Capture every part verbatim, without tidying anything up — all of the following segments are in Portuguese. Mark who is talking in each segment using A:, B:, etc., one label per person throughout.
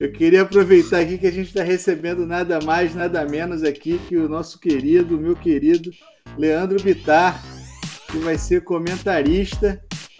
A: Eu queria aproveitar aqui que a gente está recebendo nada mais, nada menos aqui que o nosso querido, meu querido Leandro Bittar, que vai ser comentarista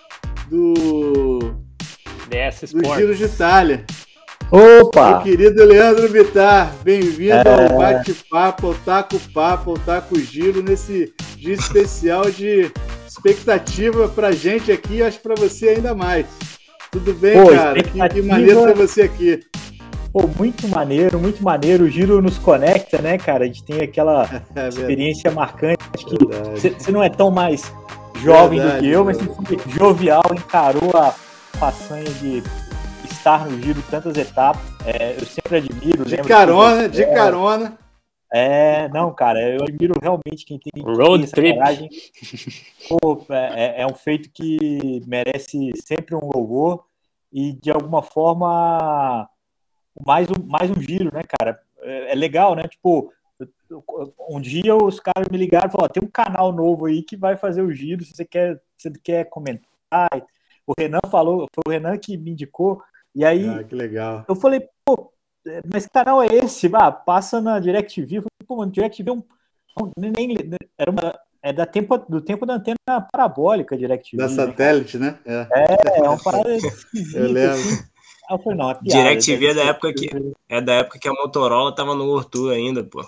A: do,
B: D S
A: do
B: Sports.
A: Giro de Itália.
C: Opa!
A: Meu querido Leandro Bittar, bem-vindo é... ao bate-papo, ao Taco Papo, ao Taco Giro, nesse dia especial de expectativa pra gente aqui e acho que pra você ainda mais. Tudo bem, Pô, cara? Expectativa... Que, que maneiro ter você aqui.
C: Pô, muito maneiro, muito maneiro. O Giro nos conecta, né, cara? A gente tem aquela é experiência marcante. Acho que você não é tão mais jovem verdade, do que eu, mas você foi jovial, encarou a façanha de estar no Giro tantas etapas. É, eu sempre admiro.
A: De carona, de é, carona.
C: É, não, cara, eu admiro realmente quem tem,
B: Road
C: essa
B: trip.
C: coragem. Pô, é, é um feito que merece sempre um louvor e, de alguma forma, mais um, mais um giro, né, cara? É, é legal, né? Tipo, um dia os caras me ligaram e falaram, tem um canal novo aí que vai fazer o giro, se você quer, se você quer comentar. O Renan falou, foi o Renan que me indicou, e aí
A: ah, que legal.
C: Eu falei, pô, mas que canal é esse? Ah, passa na DirecTV. Eu falei, pô, mano, DirecTV é um... Nem, era uma, é da tempo, do tempo da antena parabólica, DirecTV.
A: Da satélite, né?
C: né? É, é uma parada esquisita.
A: Eu lembro.
C: Assim. Aí eu falei, não, é piada.
D: DirecTV é da, época que, é da época que a Motorola tava no World Tour ainda, pô.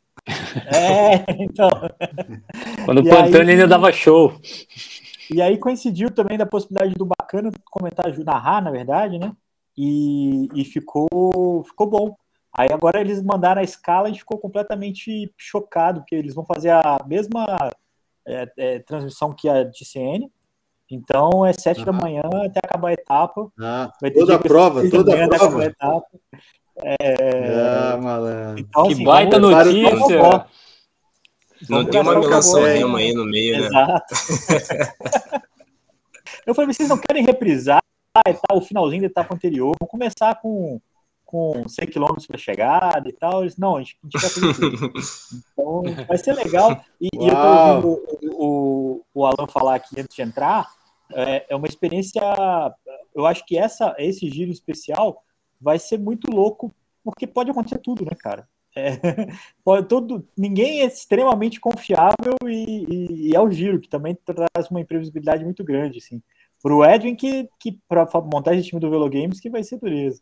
C: É, então...
B: Quando o Pantani ainda dava show.
C: E aí coincidiu também da possibilidade do Bacana comentar, narrar, na verdade, né? E, e ficou, ficou bom. Aí agora eles mandaram a escala e a gente ficou completamente chocado, porque eles vão fazer a mesma é, é, transmissão que a de C N. Então é sete uhum. da manhã até acabar a etapa.
A: Ah, toda a prova, toda a prova.
C: A etapa. É...
A: Ah, malandro.
C: Então,
B: que
C: assim,
B: baita notícia!
D: Não tem uma Milan-San Remo aí no meio, né?
C: Exato. Eu falei, vocês não querem reprisar e tal, o finalzinho da etapa anterior, vamos começar com, com cem quilômetros para chegada e tal. Eles, não, a gente, a gente vai fazer tudo. Então, vai ser legal. E, e eu tô ouvindo o, o, o Alan falar aqui antes de entrar, é, é uma experiência, eu acho que essa, esse giro especial vai ser muito louco, porque pode acontecer tudo, né, cara? É, pode, todo, ninguém é extremamente confiável e, e, e é o giro, que também traz uma imprevisibilidade muito grande, assim. Pro Edwin, que, que para montar esse time do Velo Games, que vai ser dureza.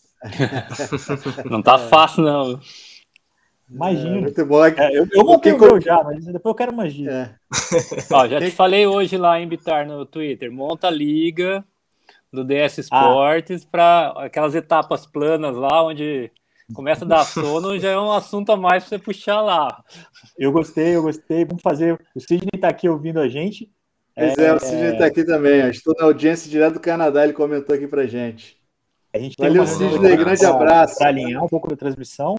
B: Não tá fácil, não.
C: Imagina. É,
A: muito bom.
C: É, eu, eu montei o meu já, mas depois eu quero mais giro. É.
B: Ó, já te falei hoje lá em Bittar no Twitter, monta a liga do D S Sports ah. para aquelas etapas planas lá, onde começa a dar sono, já é um assunto a mais para você puxar lá.
C: Eu gostei, eu gostei. Vamos fazer. O Sidney tá aqui ouvindo a gente.
A: Pois é, é o Sidney tá aqui também. Estou na audiência direto do Canadá, ele comentou aqui pra gente.
C: A gente
A: Valeu, Sidney, grande abraço.
C: Para alinhar um pouco da transmissão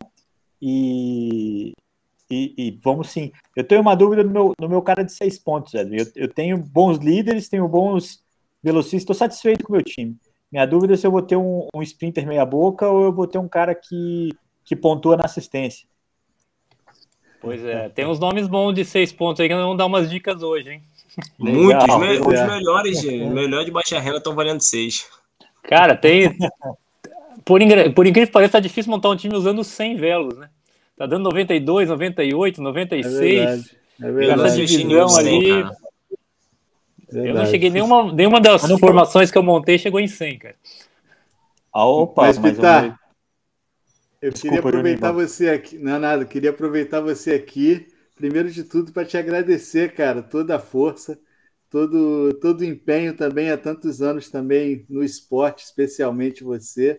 C: e, e, e vamos sim. Eu tenho uma dúvida no meu, no meu cara de seis pontos, Edwin. Eu, eu tenho bons líderes, tenho bons velocistas, estou satisfeito com o meu time. Minha dúvida é se eu vou ter um, um sprinter meia boca ou eu vou ter um cara que, que pontua na assistência.
B: Pois é, tem uns nomes bons de seis pontos aí que nós vamos dar umas dicas hoje, hein?
D: Muitos, os, me- os melhores, melhor de baixa renda estão valendo seis.
B: Cara, tem... Por, ingr... Por incrível que pareça, tá difícil montar um time usando cem velos, né? Tá dando noventa e dois, noventa e oito, noventa e seis. É verdade. É verdade. Essa divisão ali... Cara. Eu não cheguei nenhuma, nenhuma das não, formações que eu montei chegou em cem, cara.
C: Ah, opa,
A: mas,
C: mas
A: Bittar, eu Desculpa, queria aproveitar eu você aqui. Não é nada, queria aproveitar você aqui, primeiro de tudo, para te agradecer, cara, toda a força, todo, todo o empenho também há tantos anos também no esporte, especialmente você.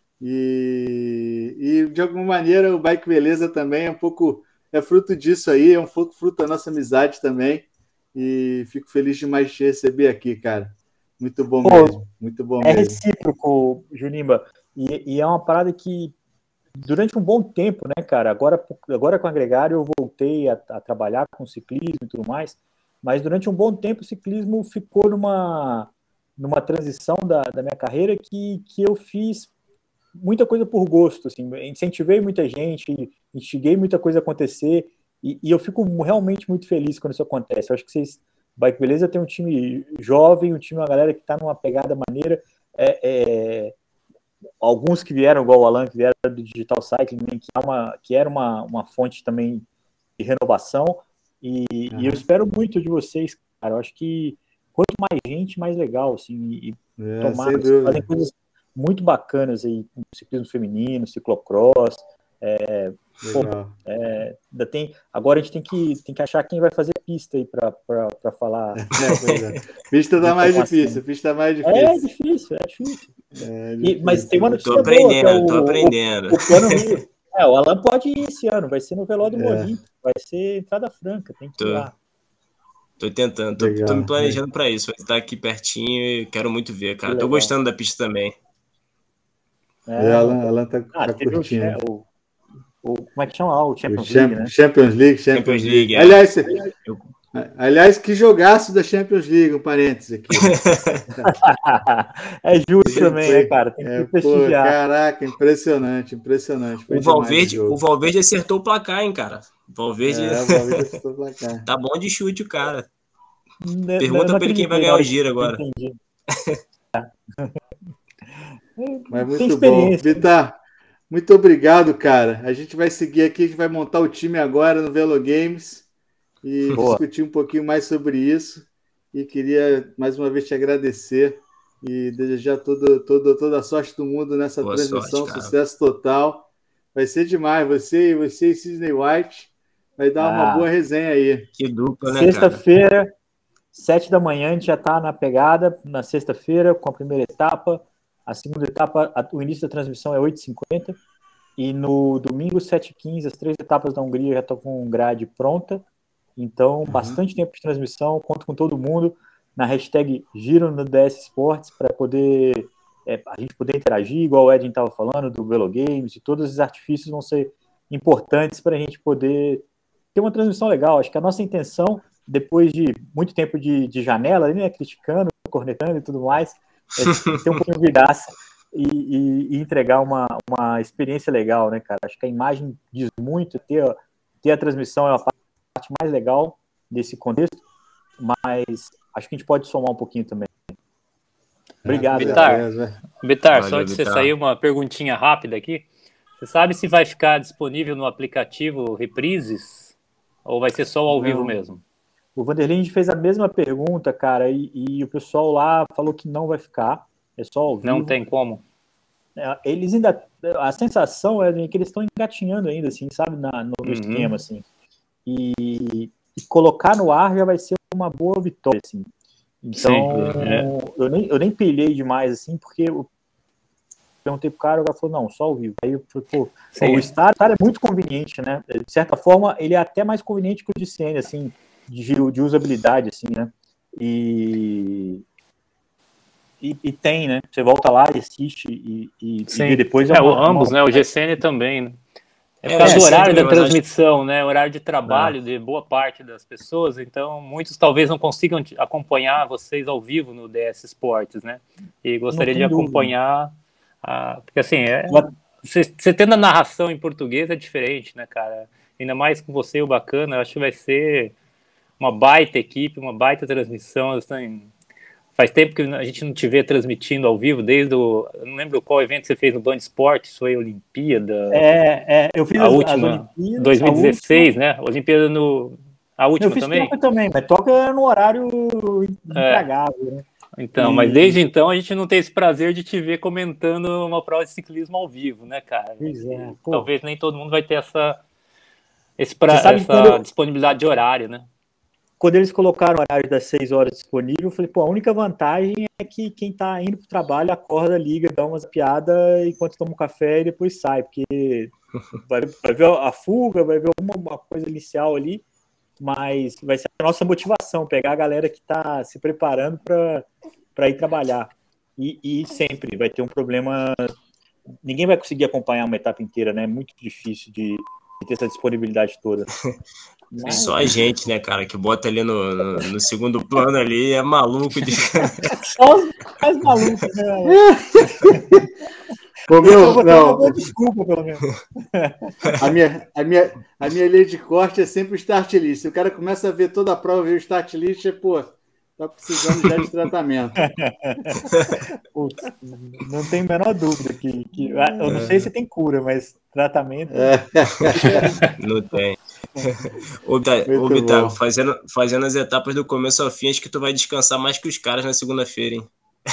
A: E, e de alguma maneira o Bike Beleza também é um pouco é fruto disso aí, é um pouco fruto da nossa amizade também. E fico feliz demais de te receber aqui, cara. Muito bom Pô, mesmo, muito bom
C: é
A: mesmo. É
C: recíproco, Junimba, e, e é uma parada que durante um bom tempo, né, cara, agora, agora com o Agregário eu voltei a, a trabalhar com ciclismo e tudo mais, mas durante um bom tempo o ciclismo ficou numa, numa transição da, da minha carreira que, que eu fiz muita coisa por gosto, assim, incentivei muita gente, instiguei muita coisa a acontecer, e, e eu fico realmente muito feliz quando isso acontece. Eu acho que vocês, Bike Beleza, tem um time jovem, um time, uma galera que está numa pegada maneira, é, é, alguns que vieram, igual o Alan, que vieram do Digital Cycling, que, é uma, que era uma, uma fonte também de renovação, e, uhum. e eu espero muito de vocês, cara. Eu acho que quanto mais gente, mais legal, assim, e
A: é,
C: tomar, fazem coisas muito bacanas aí, ciclismo feminino, ciclocross, é, pô, é, ainda tem, agora a gente tem que, tem que achar quem vai fazer pista aí para falar.
A: É, pista tá mais difícil, pista tá mais difícil.
C: É difícil, é difícil.
A: É
C: e,
A: difícil.
C: Mas tem uma notícia
D: tô aprendendo,
C: boa, que é o,
D: tô aprendendo.
C: O, o plano Rio. É, o Alan pode ir esse ano, vai ser no Velódromo do Morrinho, é. vai ser entrada franca, tem que
D: tô,
C: ir lá.
D: Tô tentando, tô, tô me planejando é. para isso, vai estar aqui pertinho e quero muito ver, cara. Tô gostando da pista também.
A: É, Alan, Alan tá,
C: ah,
A: tá curtindo.
C: O, o, como é que chama lá? O Champions
A: o
C: League, né?
A: Champions League, Champions, Champions League. League é. Aliás, eu... aliás, que jogaço da Champions League, um parênteses aqui.
C: É justo também, né, cara? Tem que
A: é,
C: prestigiar.
A: Pô, caraca, impressionante, impressionante.
D: O Valverde, o Valverde acertou o placar, hein, cara? O Valverde,
A: é, o Valverde acertou o placar.
D: Tá bom de chute o cara.
C: Não,
D: Pergunta
C: não
D: pra ele quem vai ganhar o giro agora.
C: Entendi.
A: Mas muito bom. Vitar, muito obrigado, cara. A gente vai seguir aqui, a gente vai montar o time agora no Velo Games e Boa. discutir um pouquinho mais sobre isso. E queria mais uma vez te agradecer e desejar todo, todo, toda a sorte do mundo nessa Boa transmissão, sorte, sucesso total. Vai ser demais. Você, você e Sidney White vai dar ah, uma boa resenha aí.
D: Que dupla, né,
C: Sexta-feira, sete da manhã, a gente já está na pegada, na sexta-feira, com a primeira etapa. A segunda etapa, a, o início da transmissão é oito e cinquenta. E no domingo, sete e quinze, as três etapas da Hungria já estão com grade pronta. Então, uhum. bastante tempo de transmissão. Conto com todo mundo na hashtag Giro no D S Esportes para poder é, a gente poder interagir, igual o Edwin estava falando, do Velo Games, e todos os artifícios vão ser importantes para a gente poder ter uma transmissão legal. Acho que a nossa intenção, depois de muito tempo de, de janela, né, criticando, cornetando e tudo mais, é ter um pouquinho de graça e, e, e entregar uma, uma experiência legal, né, cara? Acho que a imagem diz muito, ter, ter a transmissão é uma parte mais legal desse contexto, mas acho que a gente pode somar um pouquinho também. Obrigado.
B: Bitar, Bitar só de você sair uma perguntinha rápida aqui. Você sabe se vai ficar disponível no aplicativo Reprises ou vai ser só ao Não. vivo mesmo?
C: O Vanderlei fez a mesma pergunta, cara, e, e o pessoal lá falou que não vai ficar, é só ao vivo.
B: Não tem como.
C: Eles ainda, a sensação é que eles estão engatinhando ainda, assim, sabe, na, no uhum. esquema, assim. E, e colocar no ar já vai ser uma boa vitória, assim. Então, Sim, é. eu, nem, eu nem pilhei demais, assim, porque eu perguntei pro cara, o cara falou, não, só ao vivo. Aí eu falei, pô, o Star, o Star é muito conveniente, né? De certa forma, ele é até mais conveniente que o de C N, assim, de, de usabilidade, assim, né? E, e, e tem, né? Você volta lá e assiste e, e, e depois...
B: É, é uma, ambos, uma... né? O G C N também, né? É por causa é, do horário da transmissão, né? Horário de trabalho ah. de boa parte das pessoas, então muitos talvez não consigam acompanhar vocês ao vivo no D S Esportes, né? E gostaria de acompanhar, a... porque assim, é... você, você tendo a narração em português é diferente, né, cara? Ainda mais com você, o bacana, eu acho que vai ser uma baita equipe, uma baita transmissão, assim... Faz tempo que a gente não te vê transmitindo ao vivo, desde o... Eu não lembro qual evento você fez no Band Esportes, foi a Olimpíada.
C: É, é eu fiz
B: a
C: as,
B: última,
C: as Olimpíadas.
B: dois mil e dezesseis, né? Olimpíada no... A última
C: eu fiz
B: também?
C: Toca também, mas toca no horário intragável, é. né?
B: Então, e... mas desde então a gente não tem esse prazer de te ver comentando uma prova de ciclismo ao vivo, né, cara?
C: Pois é.
B: Talvez nem todo mundo vai ter essa, esse pra... essa quando... disponibilidade de horário, né?
C: Quando eles colocaram o horário das seis horas disponível, eu falei, pô, a única vantagem é que quem tá indo pro trabalho acorda, liga, dá umas piadas enquanto toma um café e depois sai, porque vai, vai ver a fuga, vai ver alguma coisa inicial ali, mas vai ser a nossa motivação, pegar a galera que tá se preparando para ir trabalhar. E, e sempre vai ter um problema, ninguém vai conseguir acompanhar uma etapa inteira, né? É muito difícil de, de ter essa disponibilidade toda.
D: Mas... Só a gente, né, cara, que bota ali no, no, no segundo plano ali, é maluco de...
C: Só os mais malucos, né?
A: Pô, meu, não.
C: Desculpa, pelo menos.
A: A minha, a, minha, a minha lei de corte é sempre o start list. Se o cara começa a ver toda a prova, ver o start list, é, pô, tá precisando já de tratamento.
C: Putz, não tem a menor dúvida que, que eu não sei se tem cura, mas tratamento
A: é.
D: Não tem. Ô, Bittar, fazendo, fazendo as etapas do começo ao fim, acho que tu vai descansar mais que os caras na segunda-feira, hein?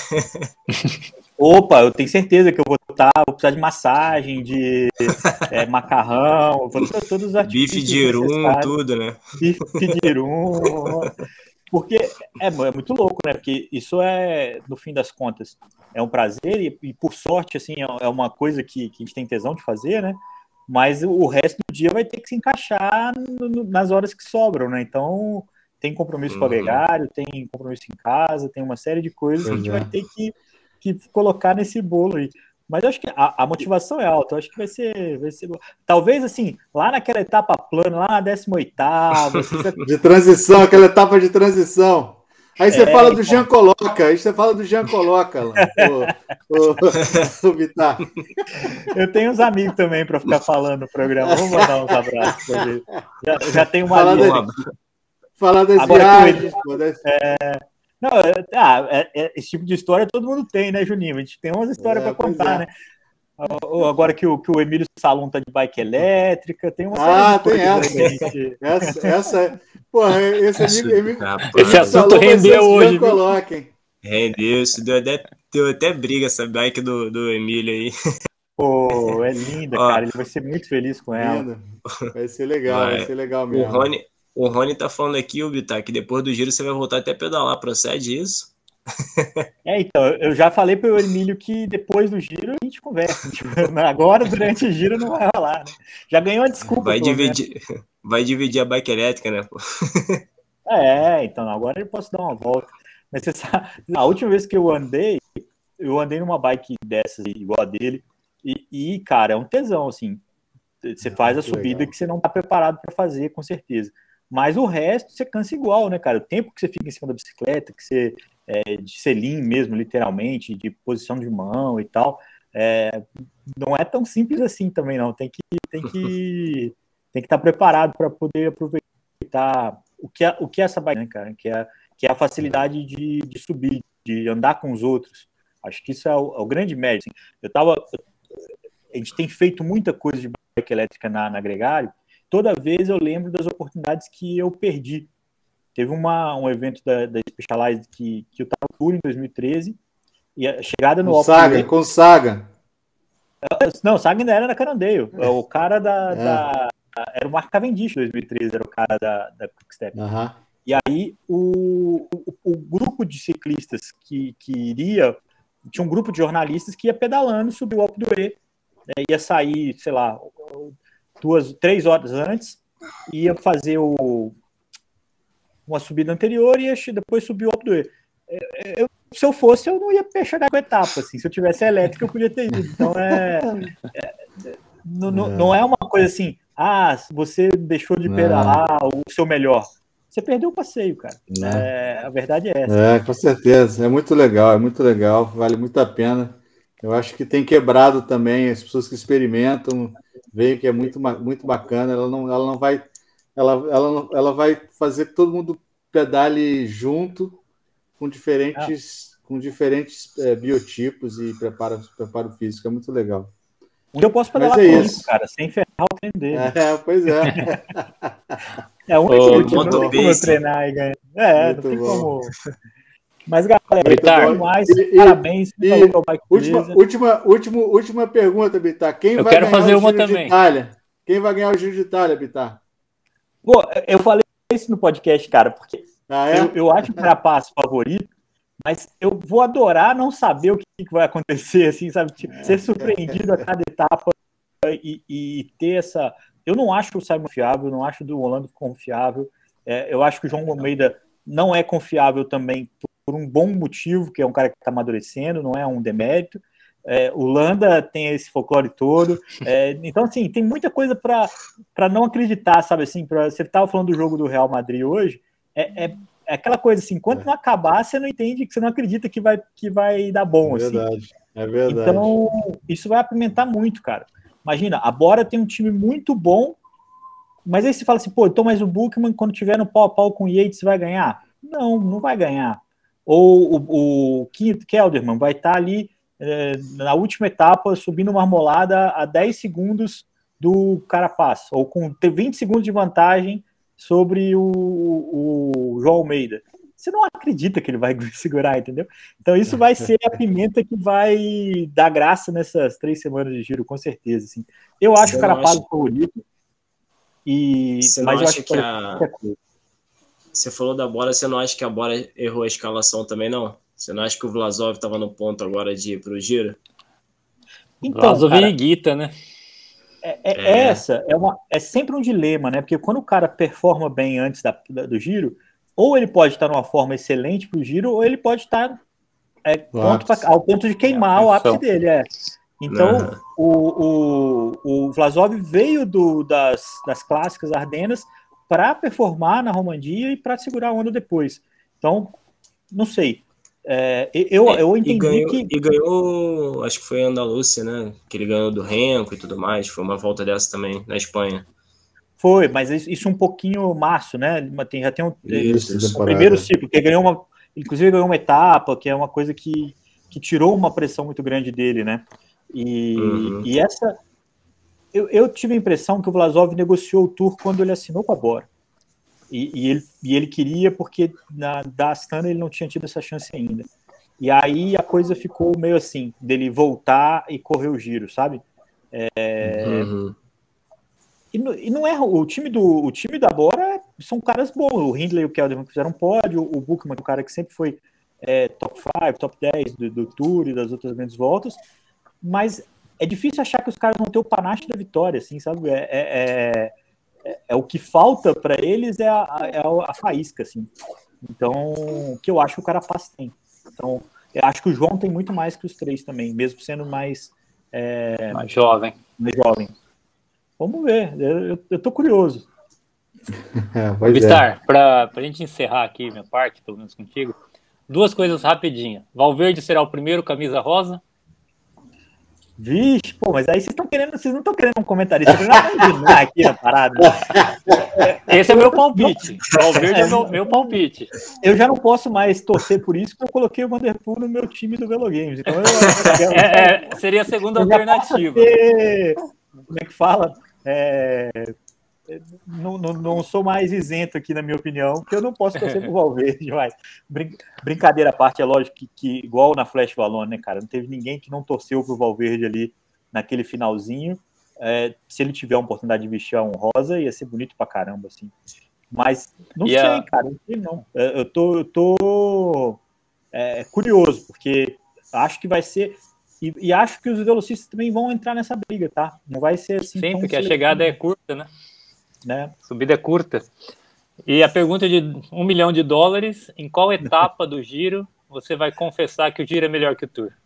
C: Opa, eu tenho certeza que eu vou estar, vou precisar de massagem, de é, macarrão, vou ter todos os artifícios
D: bife de irum, tudo, né?
C: Bife de irum, porque é, é muito louco, né? Porque isso é, no fim das contas, é um prazer e, e por sorte, assim, é uma coisa que, que a gente tem tesão de fazer, né? Mas o resto do dia vai ter que se encaixar no, no, nas horas que sobram, né? Então, tem compromisso uhum. com o agregário, tem compromisso em casa, tem uma série de coisas pois que a gente é. vai ter que que colocar nesse bolo aí. Mas eu acho que a, a motivação é alta, eu acho que vai ser, vai ser... Talvez, assim, lá naquela etapa plana, lá na décima oitava... Assim, você...
A: De transição, aquela etapa de transição. Aí você é, fala do então... Jean Coloca, aí você fala do Jean Coloca lá, o, o, o Bittar.
C: Eu tenho uns amigos também para ficar falando no programa, vamos mandar uns abraços para ver. Já, já tem uma...
A: Falar, da, falar das
C: Agora
A: viagens.
C: Eu, é... Não, ah, é, é, esse tipo de história todo mundo tem, né, Juninho? A gente tem umas histórias é, para contar, é. né? Agora que o, que o Emílio Salum tá de bike elétrica, tem uma
A: Ah, tem essa. Gente... essa. Essa, porra, esse amigo, Emílio,
B: esse assunto rendeu hoje.
A: Coloquem.
D: Rendeu, isso deu até, deu até briga essa bike do, do Emílio aí.
C: Pô, é linda, Ó, cara. Ele vai ser muito feliz com ela. Linda.
A: Vai ser legal, vai, vai ser legal mesmo.
D: O Rony, o Rony tá falando aqui, o Bittar, que depois do giro você vai voltar até a pedalar. Procede isso?
C: É, então, eu já falei pro Emílio que depois do giro a gente conversa. Tipo, agora, durante o giro, não vai rolar, né? Já ganhou a desculpa.
D: Vai dividir, vai dividir a bike elétrica, né? Pô?
C: É, então, agora eu posso dar uma volta. Mas você sabe, a última vez que eu andei, eu andei numa bike dessas, igual a dele, e, e cara, é um tesão, assim. Você faz a subida legal. Que você não tá preparado para fazer, com certeza. Mas o resto você cansa igual, né, cara? O tempo que você fica em cima da bicicleta, que você é, de selim mesmo, literalmente, de posição de mão e tal, é, não é tão simples assim também, não. Tem que tem que tem que estar preparado para poder aproveitar o que é, o que é essa bike, né, cara? Que é, que é a facilidade de, de subir, de andar com os outros. Acho que isso é o, é o grande mérito. Assim. Eu tava, a gente tem feito muita coisa de bike elétrica na, na Gregário. Toda vez eu lembro das oportunidades que eu perdi. Teve uma, um evento da, da Specialized que, que eu estava em dois mil e treze, e a chegada no...
A: Com Saga, com Saga.
C: Não, Saga ainda era na Cannondale. O cara da... É. da era o Mark Cavendish, em dois mil e treze, era o cara da, da Quickstep.
A: Uhum.
C: E aí, o, o, o grupo de ciclistas que, que iria... Tinha um grupo de jornalistas que ia pedalando, subiu o Alpe d'Huez, né, ia sair, sei lá... duas, três horas antes, ia fazer o, uma subida anterior e ia depois subir o Alpe d'Huez. Eu, se eu fosse, eu não ia chegar com a etapa, assim, se eu tivesse elétrica, eu podia ter ido. Então, é, é, não, não, não é uma coisa assim, ah, você deixou de pedalar o seu melhor. Você perdeu o passeio, cara. É, a verdade é essa.
A: É, com certeza. É muito legal, é muito legal, vale muito a pena. Eu acho que tem quebrado também as pessoas que experimentam, veem que é muito, muito bacana. Ela não, ela não vai, ela, ela, ela vai fazer que todo mundo pedale junto, com diferentes, ah. com diferentes é, biotipos e preparo, preparo físico. É muito legal.
C: Eu posso pedalar
A: Mas é
C: com
A: isso,
C: cara, sem ferrar o treino dele.
A: É, pois é.
C: É um oh, não tem como eu treinar e ganhar. É, muito não tem bom. Como. Mas, galera,
B: Bittar,
C: mais, e, parabéns.
A: E, e, última, última, última, última pergunta, Bittar. Quem
B: eu
A: vai
B: quero
A: ganhar
B: fazer
A: o
B: uma
A: Giro
B: também.
A: de Itália? Quem vai ganhar o Giro de Itália, Bittar?
C: Pô, eu falei isso no podcast, cara, porque
A: ah, é?
C: eu, eu acho o Carapaz favorito, mas eu vou adorar não saber o que, que vai acontecer, assim, sabe? Tipo, ser surpreendido a cada etapa e, e ter essa... Eu não acho o Simon fiável, não acho o do Rolando confiável. É, eu acho que o João Almeida não é confiável também por um bom motivo, que é um cara que está amadurecendo, não é um demérito. É, o Landa tem esse folclore todo. É, então, assim, tem muita coisa para não acreditar, sabe? Assim, pra, você estava falando do jogo do Real Madrid hoje, é, é, é aquela coisa assim, enquanto é. não acabar, você não entende, que você não acredita que vai, que vai dar bom.
A: É verdade,
C: assim.
A: é verdade.
C: Então, isso vai apimentar muito, cara. Imagina, a Bora tem um time muito bom, mas aí você fala assim, pô, então, mas o Buchmann, quando tiver no pau a pau com o Yates, vai ganhar? Não, não vai ganhar. Ou o, o Keith Kelderman vai estar ali é, na última etapa, subindo uma armolada a dez segundos do Carapaz, ou com vinte segundos de vantagem sobre o, o João Almeida. Você não acredita que ele vai segurar, entendeu? Então isso vai ser a pimenta que vai dar graça nessas três semanas de giro, com certeza. Assim. Eu acho você o Carapaz acha... favorito, e... mas eu acho que, que a...
D: Você falou da Bora, você não acha que a Bora errou a escalação também, não? Você não acha que o Vlasov estava no ponto agora de ir para o giro?
B: Então, Vlasov e Guita, né?
C: É, é, é. Essa é, uma, é sempre um dilema, né? Porque quando o cara performa bem antes da, da, do giro, ou ele pode estar numa forma excelente para o giro, ou ele pode estar é, ponto pra, ao ponto de queimar é o ápice dele. É. Então, uhum. o, o, o Vlasov veio do, das, das clássicas Ardenas para performar na Romandia e para segurar a onda depois. Então, não sei. É, eu, é, eu entendi
D: e ganhou,
C: que...
D: E ganhou, acho que foi a Andalúcia, né? Que ele ganhou do Renko e tudo mais. Foi uma volta dessa também, na Espanha.
C: Foi, mas isso um pouquinho março, né? Tem, já tem um,
A: isso,
C: isso, o primeiro ciclo, que ganhou uma... Inclusive ganhou uma etapa, que é uma coisa que, que tirou uma pressão muito grande dele, né? E, uhum. e essa... Eu, eu tive a impressão que o Vlasov negociou o Tour quando ele assinou com a Bora. E, e, ele, e ele queria, porque na, da Astana ele não tinha tido essa chance ainda. E aí a coisa ficou meio assim, dele voltar e correr o giro, sabe? É... Uhum. E, e não é o time do o time da Bora são caras bons. O Hindley e o Kelderman fizeram um pódio, o Buchmann, o cara que sempre foi é, top cinco, top dez do, do Tour e das outras grandes voltas. Mas é difícil achar que os caras vão ter o panache da vitória, assim, sabe? É, é, é, é o que falta para eles é a, é a faísca, assim. Então, o que eu acho que o Carapaz tem. Então, eu acho que o João tem muito mais que os três também, mesmo sendo mais... É,
B: mais jovem.
C: Mais jovem. Vamos ver, eu, eu tô curioso.
B: É, Vistar, é. para a gente encerrar aqui minha parte, pelo menos contigo, duas coisas rapidinho. Valverde será o primeiro camisa rosa?
C: Vixe, pô, mas aí vocês estão querendo, vocês não estão querendo um comentarista, vocês não vão imaginar aqui na parada.
B: Esse é meu palpite. Valverde é meu, meu palpite.
C: Eu já não posso mais torcer por isso, porque eu coloquei o Vanderpool no meu time do Velo Games. Então eu,
B: eu, é, é, seria a segunda alternativa.
C: Ter, como é que fala? É, não, não, não sou mais isento aqui, na minha opinião, porque eu não posso torcer pro Valverde mais. Brin brincadeira à parte, é lógico que, que igual na Flash Valone, né, cara? Não teve ninguém que não torceu pro Valverde ali naquele finalzinho. É, se ele tiver a oportunidade de vestir um rosa, ia ser bonito pra caramba, assim. Mas não yeah. sei, cara, não sei não. Eu tô, eu tô é, curioso, porque acho que vai ser... E, e acho que os velocistas também vão entrar nessa briga, tá? Não vai ser assim...
B: Sim, porque a chegada é curta, né?
C: né?
B: Subida é curta. E a pergunta de um milhão de dólares, em qual etapa do giro você vai confessar que o giro é melhor que o Tour?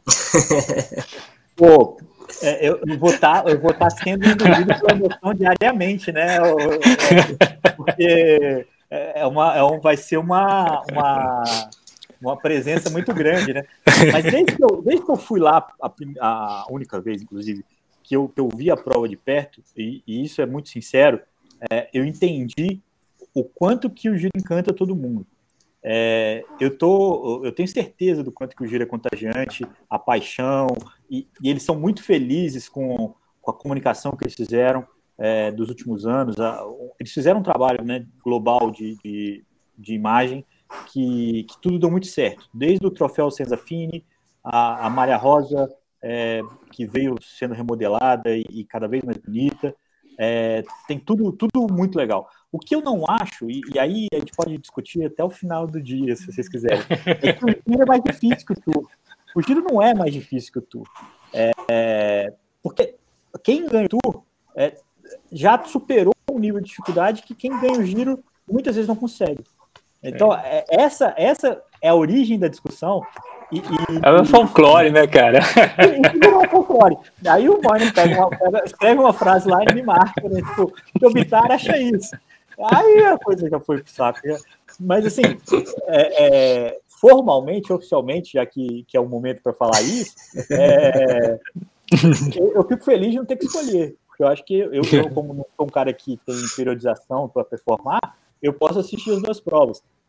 C: Pô, é, eu, eu vou estar tá, eu vou tá sendo induzido pela emoção diariamente, né? É, porque é uma, é um, vai ser uma, uma, uma presença muito grande, né? Mas desde que eu, desde que eu fui lá, a, a única vez, inclusive, que eu, que eu vi a prova de perto, e, e isso é muito sincero, é, eu entendi o quanto que o giro encanta todo mundo. É, eu, tô, eu tenho certeza do quanto que o giro é contagiante, a paixão, e, e eles são muito felizes com, com a comunicação que eles fizeram é, dos últimos anos. A, eles fizeram um trabalho, né, global de, de, de imagem que, que tudo deu muito certo, desde o troféu Senza Fini, a, a Maria Rosa, é, que veio sendo remodelada e, e cada vez mais bonita. É, tem tudo, tudo muito legal. O que eu não acho, e, e aí a gente pode discutir até o final do dia, se vocês quiserem, é que o giro é mais difícil que o Tour. O giro não é mais difícil que o Tour. É, é, porque quem ganha o Tour é, já superou o nível de dificuldade que quem ganha o giro muitas vezes não consegue. Então, é, essa, essa é a origem da discussão. E, e,
B: é um folclore, né, cara?
C: E, e é um folclore. Aí o Moynihan pega uma, pega, escreve uma frase lá e me marca, né? Tipo, o Bitar acha isso. Aí a coisa já foi pro saco. Já. Mas, assim, é, é, formalmente, oficialmente, já que, que é o momento para falar isso, é, eu, eu fico feliz de não ter que escolher. Porque eu acho que eu, eu como não sou um cara que tem periodização para performar, eu posso assistir as duas provas.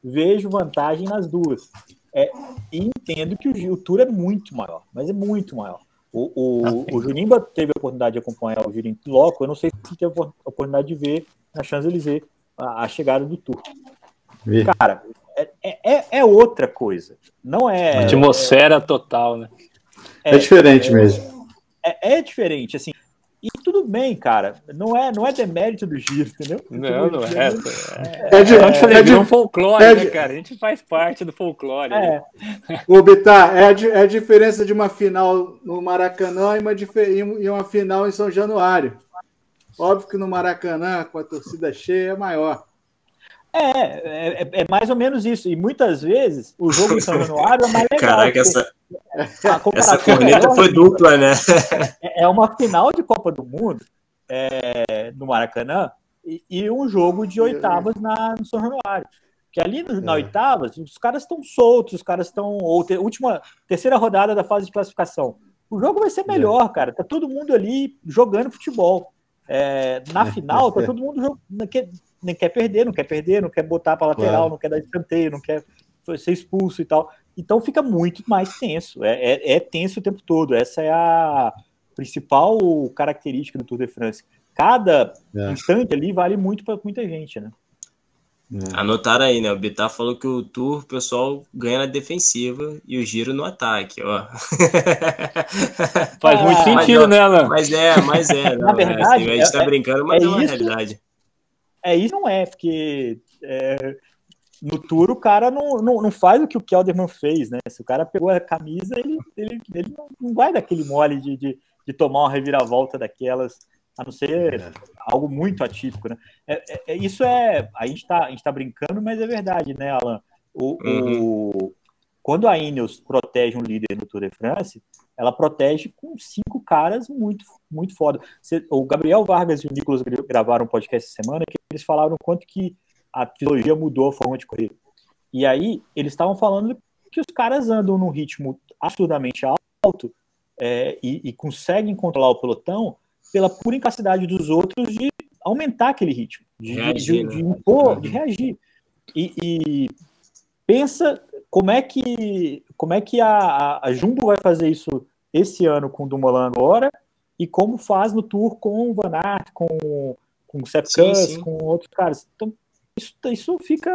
C: vejo vantagem nas duas. É, e entendo que o, o Tour é muito maior, mas é muito maior. O, o, o Juninho teve a oportunidade de acompanhar o Giro em loco, eu não sei se teve a oportunidade de ver na Champs-Élysées a, a chegada do Tour. E? Cara, é, é, é outra coisa. Não é...
B: Uma atmosfera é, total, né?
A: É, é diferente é, mesmo.
C: É, é diferente, assim. E tudo bem, cara. Não é, não é demérito do Giro, entendeu?
B: Não, não é. É, é, de, é, é de um folclore, é de, né, cara? A gente faz parte do folclore.
C: É.
A: O Bittar, é, de, é a diferença de uma final no Maracanã e uma, e uma final em São Januário. Óbvio que no Maracanã, com a torcida cheia, é maior.
C: É, é, é mais ou menos isso. E muitas vezes o jogo em São Januário é mais legal.
D: Caraca, essa, essa corneta é foi dupla, né?
C: É uma final de Copa do Mundo é, no Maracanã e, e um jogo de oitavas na, no São Januário. Porque ali no, na é. oitavas, os caras estão soltos, os caras estão. Ou te, última, terceira rodada da fase de classificação. O jogo vai ser melhor, é. cara. Tá todo mundo ali jogando futebol. É, na final, tá todo mundo jogando. Quer, nem quer perder, não quer perder, não quer botar para lateral, claro. Não quer dar escanteio, não quer ser expulso e tal. Então fica muito mais tenso. É, é, é tenso o tempo todo. Essa é a principal característica do Tour de France. Cada é. instante ali vale muito para muita gente, né?
D: É. Anotaram aí, né? O Bittar falou que o Tour, o pessoal ganha na defensiva e o Giro no ataque, ó.
B: Faz muito sentido,
D: mas,
B: né, Alan?
D: Mas é, mas é. Não,
C: na verdade,
D: é, assim, a gente tá
C: é,
D: brincando, mas é,
C: é
D: uma
C: isso,
D: realidade.
C: É isso, não é, porque é, no Tour o cara não, não, não faz o que o Kelderman fez, né? Se o cara pegou a camisa, ele, ele, ele não vai daquele mole de, de, de tomar uma reviravolta daquelas, a não ser é. algo muito atípico, né? É, é, isso é... A gente tá, a gente tá brincando, mas é verdade, né, Alan? O, uhum. o, quando a Ineos protege um líder no Tour de France, ela protege com cinco caras muito, muito foda. O Gabriel Vargas e o Nicolas gravaram um podcast essa semana que eles falaram o quanto que a fisiologia mudou a forma de correr. E aí, eles estavam falando que os caras andam num ritmo absurdamente alto é, e, e conseguem controlar o pelotão pela pura incapacidade dos outros de aumentar aquele ritmo, de, reagir, de, de, de impor, uhum. de reagir. E, e pensa como é que, como é que a, a Jumbo vai fazer isso esse ano com o Dumoulin agora e como faz no Tour com o Van Aert, com, com o Sepp Kuss, com outros caras. Então, isso, isso fica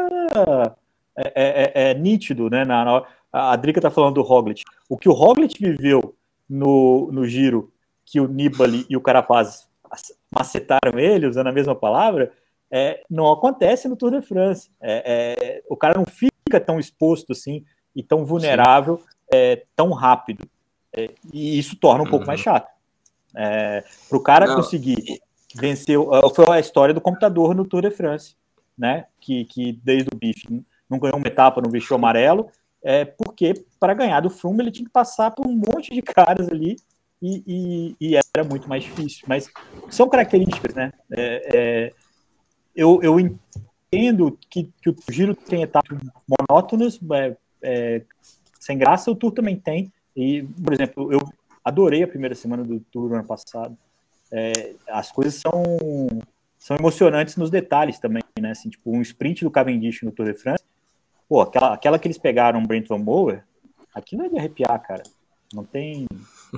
C: é, é, é nítido, né? Na, na, a Drica tá falando do Roglic. O que o Roglic viveu no, no Giro, que o Nibali e o Carapaz macetaram ele, usando a mesma palavra, é, não acontece no Tour de France. É, é, o cara não fica tão exposto assim e tão vulnerável é, tão rápido. É, e isso torna um uhum. pouco mais chato. É, para o cara não. conseguir vencer... Foi a história do computador no Tour de France, né? Que, que desde o bife não ganhou uma etapa, não vestiu amarelo, é, porque para ganhar do Froome ele tinha que passar por um monte de caras ali e, e, e era muito mais difícil. Mas são características, né? É, é, eu, eu entendo que, que o Giro tem etapas monótonas, é, é, sem graça, o Tour também tem. E, por exemplo, eu adorei a primeira semana do Tour ano passado. É, as coisas são, são emocionantes nos detalhes também, né? Assim, tipo, um sprint do Cavendish no Tour de France, pô, aquela, aquela que eles pegaram o Brent Van Moer, aquilo é de arrepiar, cara. Não tem...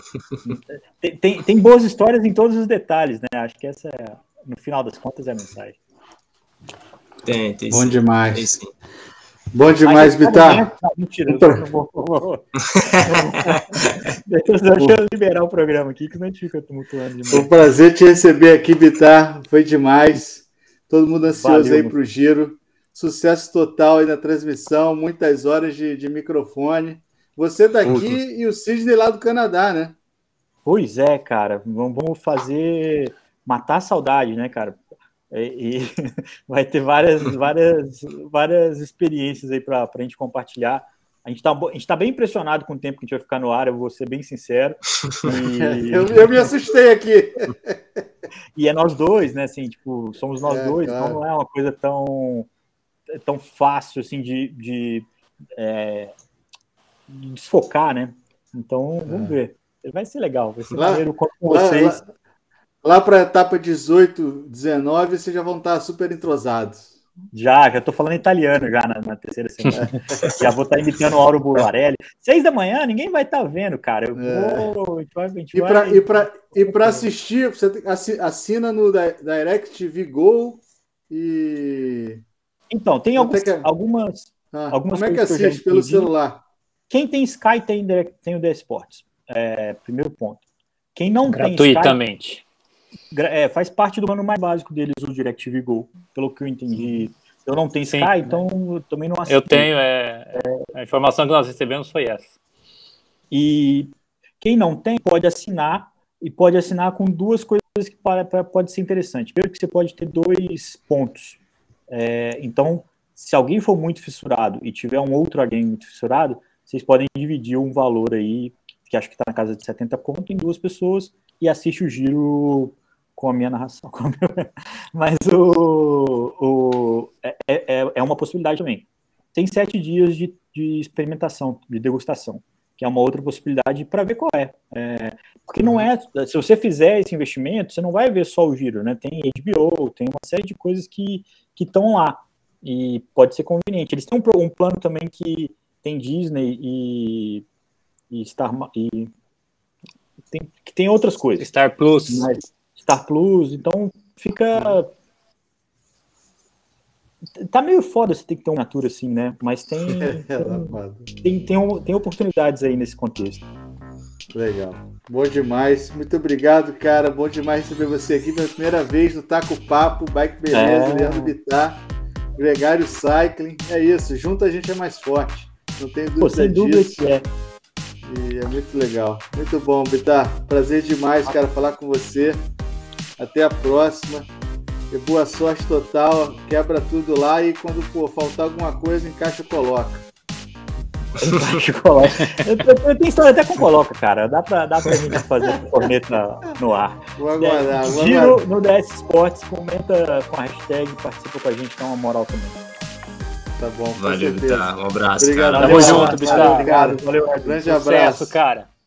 C: tem, tem... Tem boas histórias em todos os detalhes, né? Acho que essa, é, no final das contas, é a mensagem.
D: Tem, tem
A: Bom
D: sim.
A: demais.
D: Tem, sim.
A: Bom demais, Bittar.
C: Não, mentira, eu não vou. Não vou. Deixa eu liberar o programa aqui, que não fica tumultuando demais.
A: Foi um prazer te receber aqui, Bittar. Foi demais. Todo mundo ansioso Valeu, aí para o Giro. Sucesso total aí na transmissão. Muitas horas de, de microfone. Você daqui uhum. e o Sidney lá do Canadá, né?
C: Pois é, cara. Vamos fazer. Matar a saudade, né, cara? E, e vai ter várias, várias, várias experiências aí para a gente compartilhar. A gente está tá bem impressionado com o tempo que a gente vai ficar no ar, eu vou ser bem sincero.
A: E... eu, eu me assustei aqui.
C: E é nós dois, né? Assim, tipo, somos nós é, dois, claro. Então não é uma coisa tão, tão fácil assim de, de, é, de desfocar, né? Então, vamos é. ver. Vai ser legal, vai ser lá, maneiro com vocês.
A: Lá, lá... Lá para a etapa dezoito, dezenove, vocês já vão estar super entrosados.
C: Já, já tô falando italiano já na, na terceira semana. Já vou estar tá imitando o Auro Bularelli. Seis da manhã, ninguém vai estar tá vendo, cara. Eu vou. É. A gente vai,
A: e para e para assistir, você assina no Direct T V Go e.
C: Então, tem alguns, que... algumas.
A: Ah,
C: algumas
A: como é que assiste? Pelo celular?
C: Quem tem Sky tem, tem o D Sports. É, primeiro ponto. Quem não
B: gratuitamente.
C: tem Sky, é, faz parte do plano mais básico deles, o DirecTV Go, pelo que eu entendi. Eu não tenho Sim, Sky, né? Então eu também não assisto.
B: Eu tenho, é, é, a informação que nós recebemos foi essa.
C: E quem não tem pode assinar, e pode assinar com duas coisas que para, para, pode ser interessante. Primeiro que você pode ter dois pontos. É, então, se alguém for muito fissurado e tiver um outro alguém muito fissurado, vocês podem dividir um valor aí, que acho que está na casa de setenta conto, em duas pessoas, e assiste o giro com a minha narração. A minha... Mas o, o, é, é, é uma possibilidade também. Tem sete dias de, de experimentação, de degustação, que é uma outra possibilidade para ver qual é. é. Porque não é... Se você fizer esse investimento, você não vai ver só o giro, né? Tem H B O, tem uma série de coisas que estão lá. E pode ser conveniente. Eles têm um, um plano também que tem Disney e, e Star e tem, que tem outras coisas.
B: Star Plus.
C: Mas, Star Plus, então fica... Tá meio foda você ter que ter uma natura assim, né? Mas tem tem, tem, tem, tem oportunidades aí nesse contexto.
A: Legal. Bom demais. Muito obrigado, cara. Bom demais receber você aqui pela primeira vez no Taco Papo, Bike Beleza, é... Leandro Bittar, Gregário Cycling. É isso, junto a gente é mais forte. Não tenho dúvida
C: Pô, sem dúvida
A: disso.
C: que é.
A: E é muito legal. Muito bom, Bittar. Prazer demais, cara, falar com você. Até a próxima. E boa sorte total. Quebra tudo lá e quando for faltar alguma coisa, encaixa e coloca.
C: Encaixa e coloca. Eu, eu, eu tenho história até com coloca, cara. Dá pra, dá pra gente fazer a corneta no ar.
A: Vou aguardar.
C: É, giro no D S Sports, comenta com a hashtag, participa com a gente, dá uma moral também.
A: Tá bom.
D: Valeu, Bittar. Um abraço,
A: obrigado,
D: cara.
B: Tamo junto, Bittar.
A: Obrigado. Valeu,
C: valeu.
A: Grande abraço,
B: cara.